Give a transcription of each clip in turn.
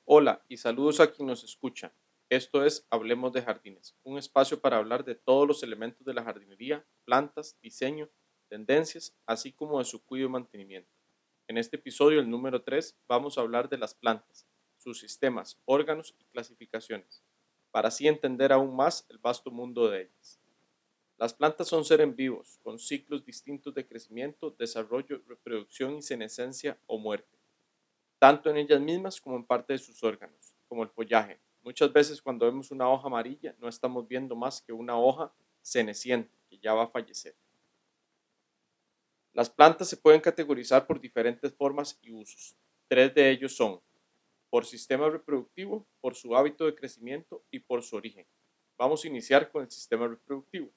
Hola y saludos a quien nos escucha. Esto es Hablemos de Jardines, un espacio para hablar de todos los elementos de la jardinería, plantas, diseño, tendencias, así como de su cuidado y mantenimiento. En este episodio, el número 3, vamos a hablar de las plantas, sus sistemas, órganos y clasificaciones, para así entender aún más el vasto mundo de ellas. Las plantas son seres vivos, con ciclos distintos de crecimiento, desarrollo, reproducción y senescencia o muerte, tanto en ellas mismas como en parte de sus órganos, como el follaje. Muchas veces cuando vemos una hoja amarilla no estamos viendo más que una hoja ceneciente que ya va a fallecer. Las plantas se pueden categorizar por diferentes formas y usos. Tres de ellos son por sistema reproductivo, por su hábito de crecimiento y por su origen. Vamos a iniciar con el sistema reproductivo.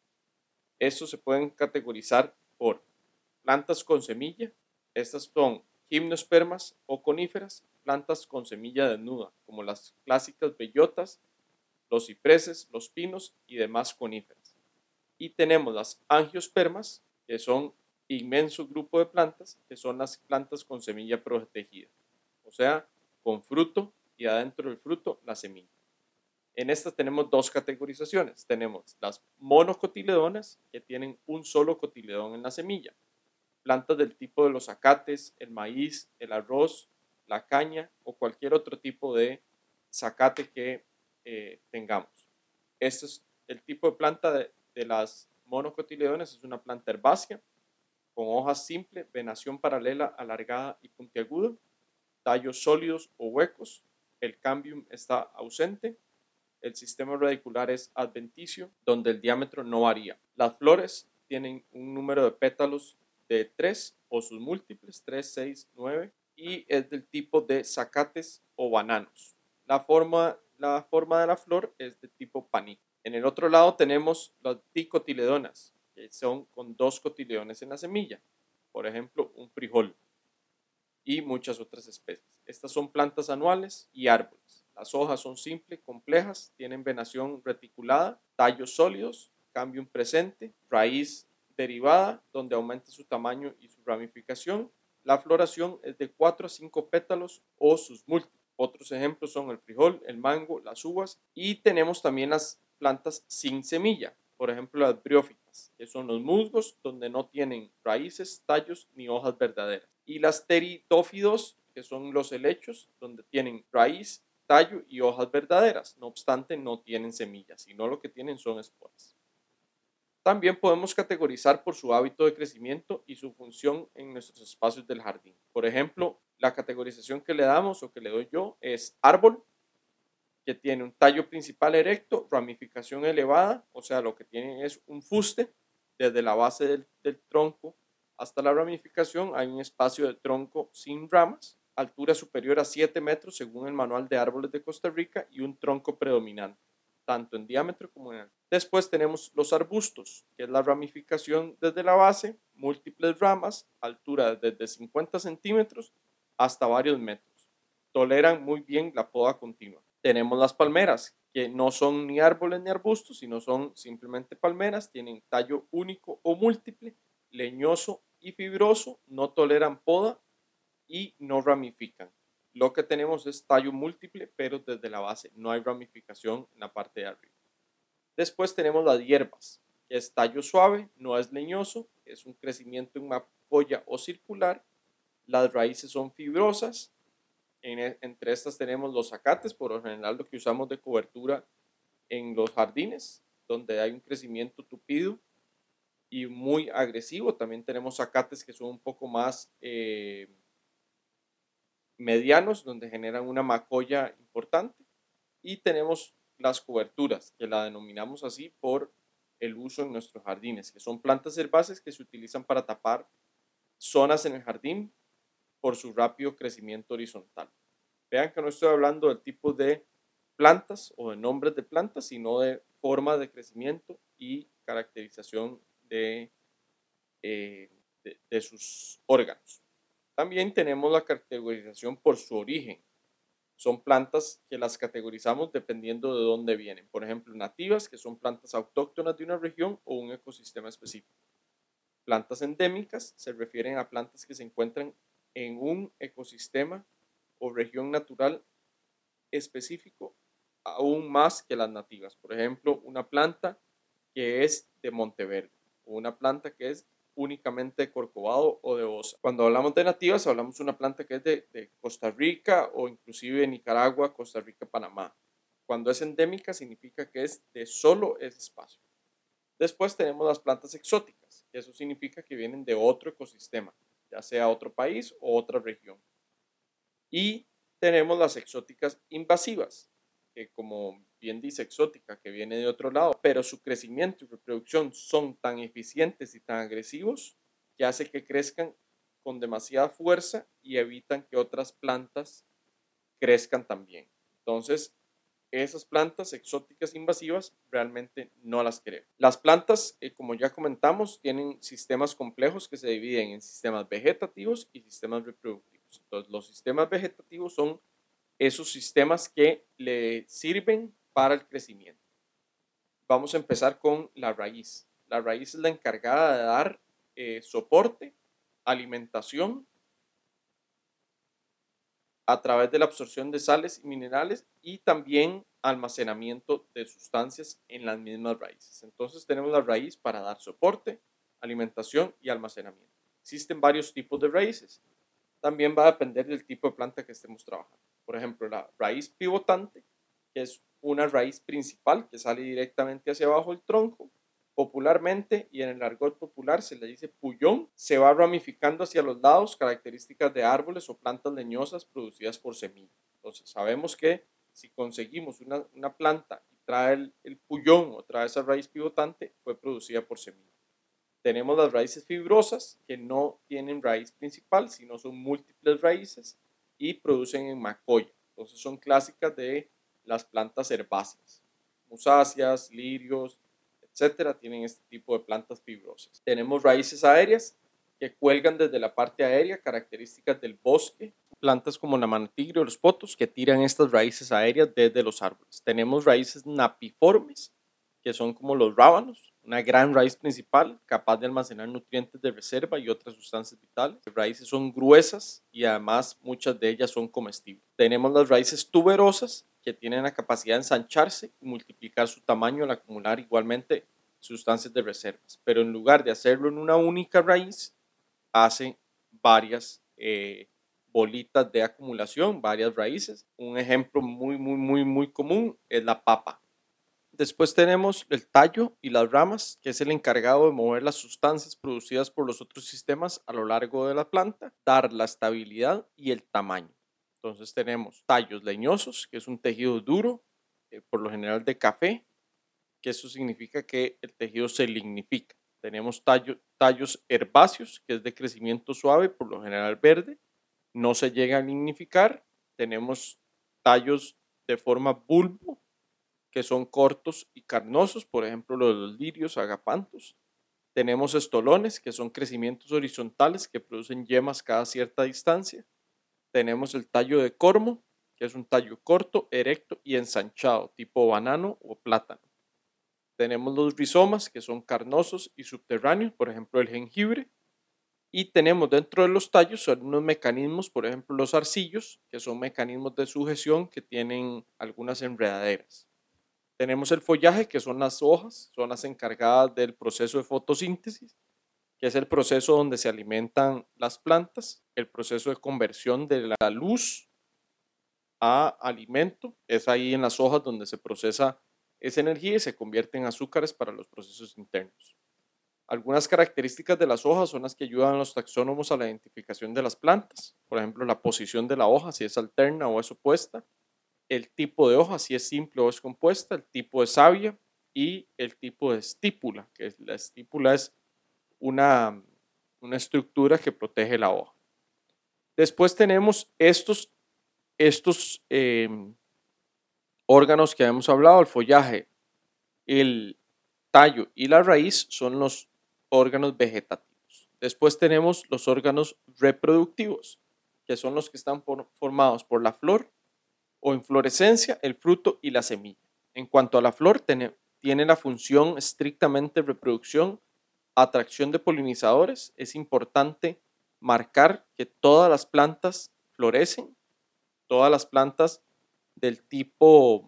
Estos se pueden categorizar por plantas con semilla. Estas son gimnospermas o coníferas, plantas con semilla desnuda, como las clásicas bellotas, los cipreses, los pinos y demás coníferas. Y tenemos las angiospermas, que son inmenso grupo de plantas, que son las plantas con semilla protegida, o sea, con fruto y adentro del fruto la semilla. En estas tenemos dos categorizaciones. Tenemos las monocotiledonas, que tienen un solo cotiledón en la semilla. Plantas del tipo de los zacates, el maíz, el arroz, la caña o cualquier otro tipo de zacate que tengamos. Este es el tipo de planta de las monocotiledones. Es una planta herbácea con hojas simples, venación paralela, alargada y puntiaguda, tallos sólidos o huecos. El cambium está ausente. El sistema radicular es adventicio, donde el diámetro no varía. Las flores tienen un número de pétalos de 3 o sus múltiples, 3, 6, 9, y es del tipo de zacates o bananos. La forma de la flor es de tipo panico. En el otro lado tenemos las dicotiledonas, que son con dos cotiledones en la semilla. Por ejemplo, un frijol y muchas otras especies. Estas son plantas anuales y árboles. Las hojas son simples, complejas, tienen venación reticulada, tallos sólidos, cambium presente, raíz derivada, donde aumenta su tamaño y su ramificación. La floración es de 4 a 5 pétalos o sus múltiples. Otros ejemplos son el frijol, el mango, las uvas y tenemos también las plantas sin semilla, por ejemplo las briófitas, que son los musgos donde no tienen raíces, tallos ni hojas verdaderas. Y las teritófidos, que son los helechos, donde tienen raíz, tallo y hojas verdaderas. No obstante, no tienen semillas, sino lo que tienen son esporas. También podemos categorizar por su hábito de crecimiento y su función en nuestros espacios del jardín. Por ejemplo, la categorización que le damos o que le doy yo es árbol, que tiene un tallo principal erecto, ramificación elevada, o sea, lo que tiene es un fuste desde la base del tronco hasta la ramificación. Hay un espacio de tronco sin ramas, altura superior a 7 metros según el Manual de Árboles de Costa Rica y un tronco predominante, tanto en diámetro como en altura. Después tenemos los arbustos, que es la ramificación desde la base, múltiples ramas, altura desde 50 centímetros hasta varios metros. Toleran muy bien la poda continua. Tenemos las palmeras, que no son ni árboles ni arbustos, sino son simplemente palmeras, tienen tallo único o múltiple, leñoso y fibroso, no toleran poda y no ramifican. Lo que tenemos es tallo múltiple, pero desde la base no hay ramificación en la parte de arriba. Después tenemos las hierbas, que es tallo suave, no es leñoso, es un crecimiento en una folla o circular, las raíces son fibrosas. Entre estas tenemos los zacates, por lo general lo que usamos de cobertura en los jardines, donde hay un crecimiento tupido y muy agresivo. También tenemos zacates que son un poco más medianos, donde generan una macolla importante. Y tenemos las coberturas, que la denominamos así por el uso en nuestros jardines, que son plantas herbáceas que se utilizan para tapar zonas en el jardín por su rápido crecimiento horizontal. Vean que no estoy hablando del tipo de plantas o de nombres de plantas, sino de forma de crecimiento y caracterización de sus órganos. También tenemos la categorización por su origen. Son plantas que las categorizamos dependiendo de dónde vienen. Por ejemplo, nativas, que son plantas autóctonas de una región o un ecosistema específico. Plantas endémicas se refieren a plantas que se encuentran en un ecosistema o región natural específico aún más que las nativas. Por ejemplo, una planta que es de Monteverde o una planta que es únicamente de Corcovado o de Osa. Cuando hablamos de nativas, hablamos de una planta que es de Costa Rica o inclusive Nicaragua, Costa Rica, Panamá. Cuando es endémica significa que es de solo ese espacio. Después tenemos las plantas exóticas, que eso significa que vienen de otro ecosistema, ya sea otro país o otra región. Y tenemos las exóticas invasivas, que como bien dice exótica, que viene de otro lado, pero su crecimiento y reproducción son tan eficientes y tan agresivos que hace que crezcan con demasiada fuerza y evitan que otras plantas crezcan también. Entonces, esas plantas exóticas invasivas realmente no las queremos. Las plantas, como ya comentamos, tienen sistemas complejos que se dividen en sistemas vegetativos y sistemas reproductivos. Entonces, los sistemas vegetativos son esos sistemas que le sirven para el crecimiento. Vamos a empezar con la raíz. La raíz es la encargada de dar soporte, alimentación a través de la absorción de sales y minerales y también almacenamiento de sustancias en las mismas raíces. Entonces tenemos la raíz para dar soporte, alimentación y almacenamiento. Existen varios tipos de raíces. También va a depender del tipo de planta que estemos trabajando. Por ejemplo, la raíz pivotante, que es una raíz principal que sale directamente hacia abajo del tronco. Popularmente y en el argot popular se le dice pullón, se va ramificando hacia los lados, características de árboles o plantas leñosas producidas por semilla. Entonces sabemos que si conseguimos una planta y trae el pullón o trae esa raíz pivotante, fue producida por semilla. Tenemos las raíces fibrosas que no tienen raíz principal, sino son múltiples raíces y producen en macolla. Entonces son clásicas de las plantas herbáceas, musáceas, lirios, etcétera, tienen este tipo de plantas fibrosas. Tenemos raíces aéreas que cuelgan desde la parte aérea, características del bosque, plantas como la manatigre o los potos que tiran estas raíces aéreas desde los árboles. Tenemos raíces napiformes, que son como los rábanos, una gran raíz principal capaz de almacenar nutrientes de reserva y otras sustancias vitales. Las raíces son gruesas y además muchas de ellas son comestibles. Tenemos las raíces tuberosas que tienen la capacidad de ensancharse y multiplicar su tamaño al acumular igualmente sustancias de reservas, pero en lugar de hacerlo en una única raíz, hace varias bolitas de acumulación, varias raíces. Un ejemplo muy común es la papa. Después tenemos el tallo y las ramas, que es el encargado de mover las sustancias producidas por los otros sistemas a lo largo de la planta, dar la estabilidad y el tamaño. Entonces tenemos tallos leñosos, que es un tejido duro, por lo general de café, que eso significa que el tejido se lignifica. Tenemos tallos herbáceos, que es de crecimiento suave, por lo general verde, no se llega a lignificar. Tenemos tallos de forma bulbo, que son cortos y carnosos, por ejemplo los lirios, agapantos. Tenemos estolones, que son crecimientos horizontales que producen yemas cada cierta distancia. Tenemos el tallo de cormo, que es un tallo corto, erecto y ensanchado, tipo banano o plátano. Tenemos los rizomas, que son carnosos y subterráneos, por ejemplo el jengibre. Y tenemos dentro de los tallos algunos mecanismos, por ejemplo los arcillos, que son mecanismos de sujeción que tienen algunas enredaderas. Tenemos el follaje, que son las hojas, son las encargadas del proceso de fotosíntesis, que es el proceso donde se alimentan las plantas, el proceso de conversión de la luz a alimento, es ahí en las hojas donde se procesa esa energía y se convierte en azúcares para los procesos internos. Algunas características de las hojas son las que ayudan a los taxónomos a la identificación de las plantas, por ejemplo la posición de la hoja, si es alterna o es opuesta, el tipo de hoja, si es simple o es compuesta, el tipo de savia y el tipo de estípula, que la estípula es una estructura que protege la hoja. Después tenemos estos órganos que hemos hablado, el follaje, el tallo y la raíz son los órganos vegetativos. Después tenemos los órganos reproductivos, que son los que están formados por la flor o inflorescencia, el fruto y la semilla. En cuanto a la flor, tiene la función estrictamente de reproducción, atracción de polinizadores. Es importante marcar que todas las plantas florecen, todas las plantas del tipo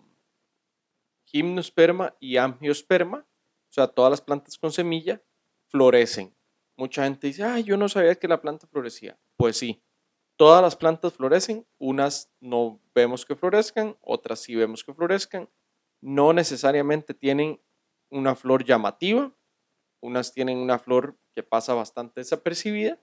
gimnosperma y angiosperma, o sea, todas las plantas con semilla, florecen. Mucha gente dice, ay, yo no sabía que la planta florecía. Pues sí, todas las plantas florecen, unas no vemos que florezcan, otras sí vemos que florezcan. No necesariamente tienen una flor llamativa, unas tienen una flor que pasa bastante desapercibida,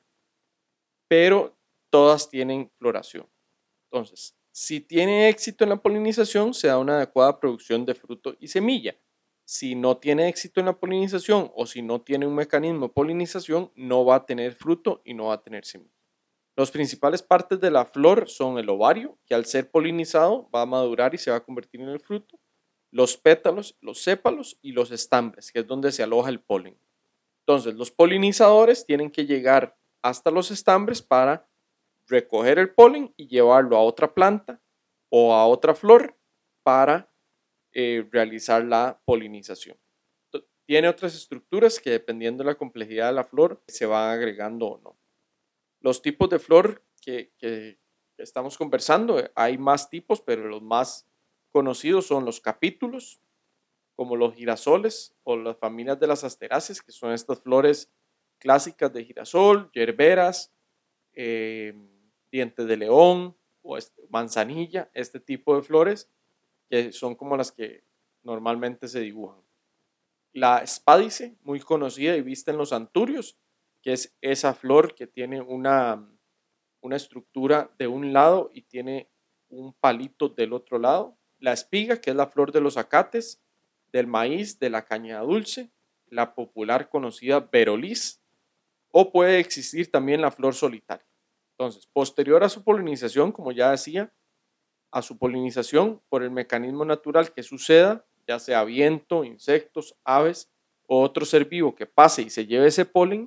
pero todas tienen floración. Entonces, si tiene éxito en la polinización, se da una adecuada producción de fruto y semilla. Si no tiene éxito en la polinización o si no tiene un mecanismo de polinización, no va a tener fruto y no va a tener semilla. Las principales partes de la flor son el ovario, que al ser polinizado va a madurar y se va a convertir en el fruto, los pétalos, los sépalos y los estambres, que es donde se aloja el polen. Entonces, los polinizadores tienen que llegar hasta los estambres para recoger el polen y llevarlo a otra planta o a otra flor para realizar la polinización. Tiene otras estructuras que dependiendo de la complejidad de la flor se van agregando o no. Los tipos de flor que estamos conversando, hay más tipos, pero los más conocidos son los capítulos, como los girasoles o las familias de las asteráceas, que son estas flores clásicas de girasol, yerberas, dientes de león o manzanilla, este tipo de flores que son como las que normalmente se dibujan. La espádice, muy conocida y vista en los anturios, que es esa flor que tiene una estructura de un lado y tiene un palito del otro lado. La espiga, que es la flor de los acates, del maíz, de la caña dulce, la popular conocida verolis, o puede existir también la flor solitaria. Entonces, posterior a su polinización, como ya decía, a su polinización por el mecanismo natural que suceda, ya sea viento, insectos, aves o otro ser vivo que pase y se lleve ese polen,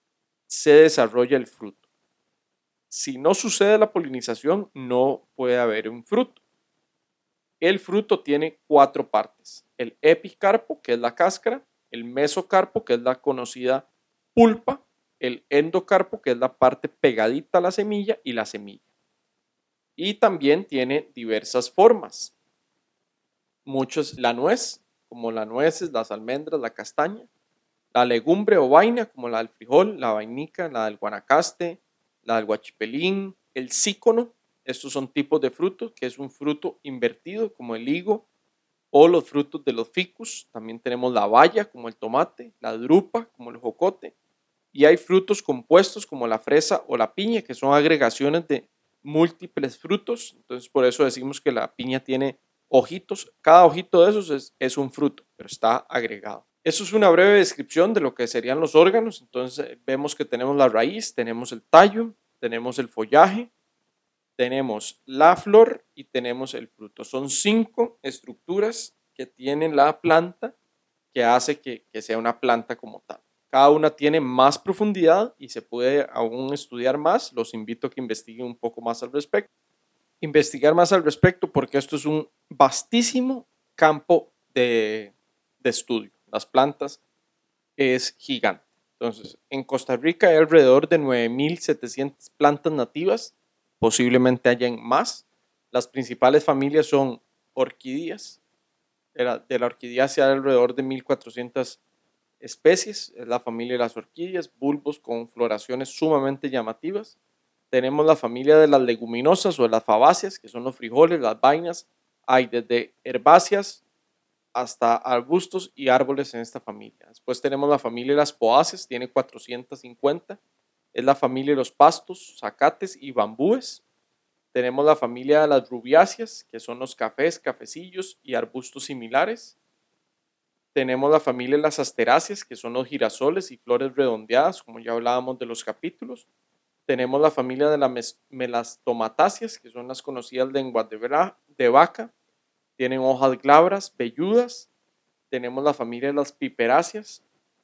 se desarrolla el fruto. Si no sucede la polinización, no puede haber un fruto. El fruto tiene 4 partes: el epicarpo, que es la cáscara, el mesocarpo, que es la conocida pulpa, el endocarpo, que es la parte pegadita a la semilla, y la semilla. Y también tiene diversas formas. Muchos, la nuez, como las nueces, las almendras, la castaña, la legumbre o vaina, como la del frijol, la vainica, la del guanacaste, la del guachipelín, el sícono. Estos son tipos de frutos, que es un fruto invertido, como el higo, o los frutos de los ficus. También tenemos la baya, como el tomate, la drupa, como el jocote, y hay frutos compuestos, como la fresa o la piña, que son agregaciones de múltiples frutos. Entonces, por eso decimos que la piña tiene ojitos. Cada ojito de esos es un fruto, pero está agregado. Eso es una breve descripción de lo que serían los órganos. Entonces, vemos que tenemos la raíz, tenemos el tallo, tenemos el follaje, tenemos la flor y tenemos el fruto. Son 5 estructuras que tiene la planta que hace que sea una planta como tal. Cada una tiene más profundidad y se puede aún estudiar más. Los invito a que investiguen un poco más al respecto. Investigar más al respecto porque esto es un vastísimo campo de estudio. Las plantas es gigante. Entonces, en Costa Rica hay alrededor de 9.700 plantas nativas, posiblemente hayan más. Las principales familias son orquídeas. De la orquidiácea hay alrededor de 1.400 especies. Es la familia de las orquídeas, bulbos con floraciones sumamente llamativas. Tenemos la familia de las leguminosas o de las fabáceas, que son los frijoles, las vainas. Hay desde herbáceas hasta arbustos y árboles en esta familia. Después tenemos la familia de las poáceas, tiene 450. Es la familia de los pastos, zacates y bambúes. Tenemos la familia de las rubiáceas, que son los cafés, cafecillos y arbustos similares. Tenemos la familia de las asteráceas, que son los girasoles y flores redondeadas, como ya hablábamos de los capítulos. Tenemos la familia de las melastomatáceas, que son las conocidas lenguas de vaca. Tienen hojas glabras, velludas. Tenemos la familia de las piperáceas,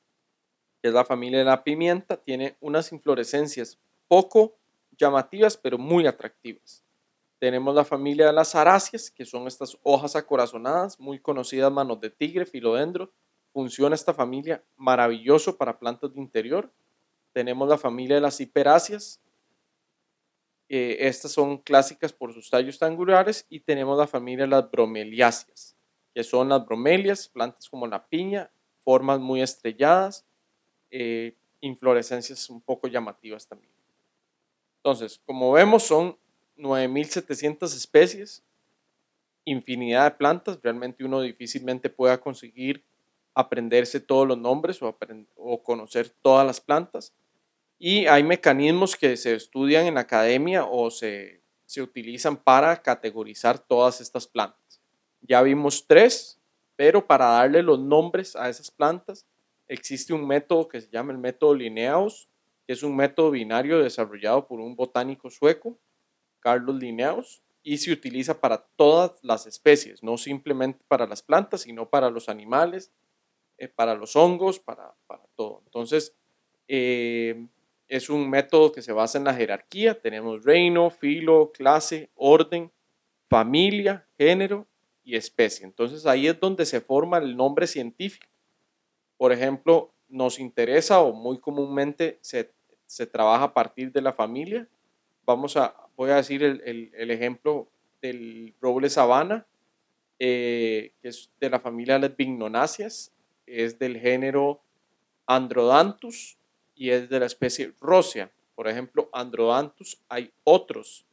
que es la familia de la pimienta. Tiene unas inflorescencias poco llamativas, pero muy atractivas. Tenemos la familia de las aráceas, que son estas hojas acorazonadas, muy conocidas, manos de tigre, filodendro. Funciona esta familia maravilloso para plantas de interior. Tenemos la familia de las hiperáceas, Estas son clásicas por sus tallos angulares y tenemos la familia de las bromeliáceas, que son las bromelias, plantas como la piña, formas muy estrelladas, inflorescencias un poco llamativas también. Entonces, como vemos, son 9.700 especies, infinidad de plantas. Realmente uno difícilmente pueda conseguir aprenderse todos los nombres o conocer todas las plantas. Y hay mecanismos que se estudian en la academia o se utilizan para categorizar todas estas plantas. Ya vimos 3, pero para darle los nombres a esas plantas existe un método que se llama el método Linnaeus, que es un método binario desarrollado por un botánico sueco, Carlos Linnaeus, y se utiliza para todas las especies, no simplemente para las plantas, sino para los animales, para los hongos, para todo. Entonces, es un método que se basa en la jerarquía. Tenemos reino, filo, clase, orden, familia, género y especie. Entonces ahí es donde se forma el nombre científico. Por ejemplo, nos interesa o muy comúnmente se trabaja a partir de la familia. Voy a decir el ejemplo del roble sabana, que es de la familia de las vignonáceas, es del género Androdanthus y es de la especie Rosia. Por ejemplo, Androdanthus hay otros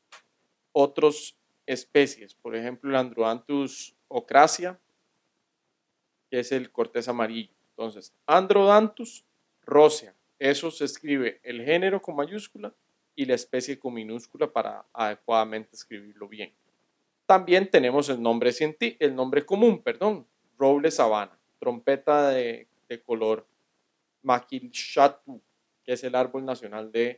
especies, por ejemplo el Androdanthus ocracea, que es el cortés amarillo. Entonces, Androdanthus rosea, eso se escribe el género con mayúscula y la especie con minúscula para adecuadamente escribirlo bien. También tenemos el nombre común, roble sabana, trompeta de color Maquilchatu, que es el árbol nacional de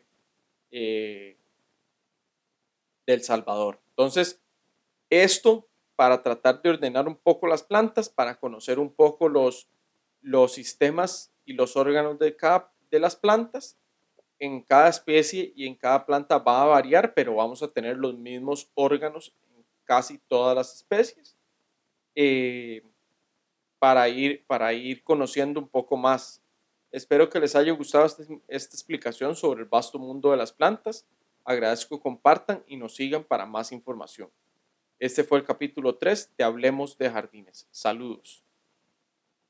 El Salvador. Entonces, esto para tratar de ordenar un poco las plantas, para conocer un poco los sistemas y los órganos de las plantas. En cada especie y en cada planta va a variar, pero vamos a tener los mismos órganos en casi todas las especies, para ir conociendo un poco más. Espero que les haya gustado esta explicación sobre el vasto mundo de las plantas. Agradezco que compartan y nos sigan para más información. Este fue el capítulo 3 de Hablemos de Jardines. Saludos.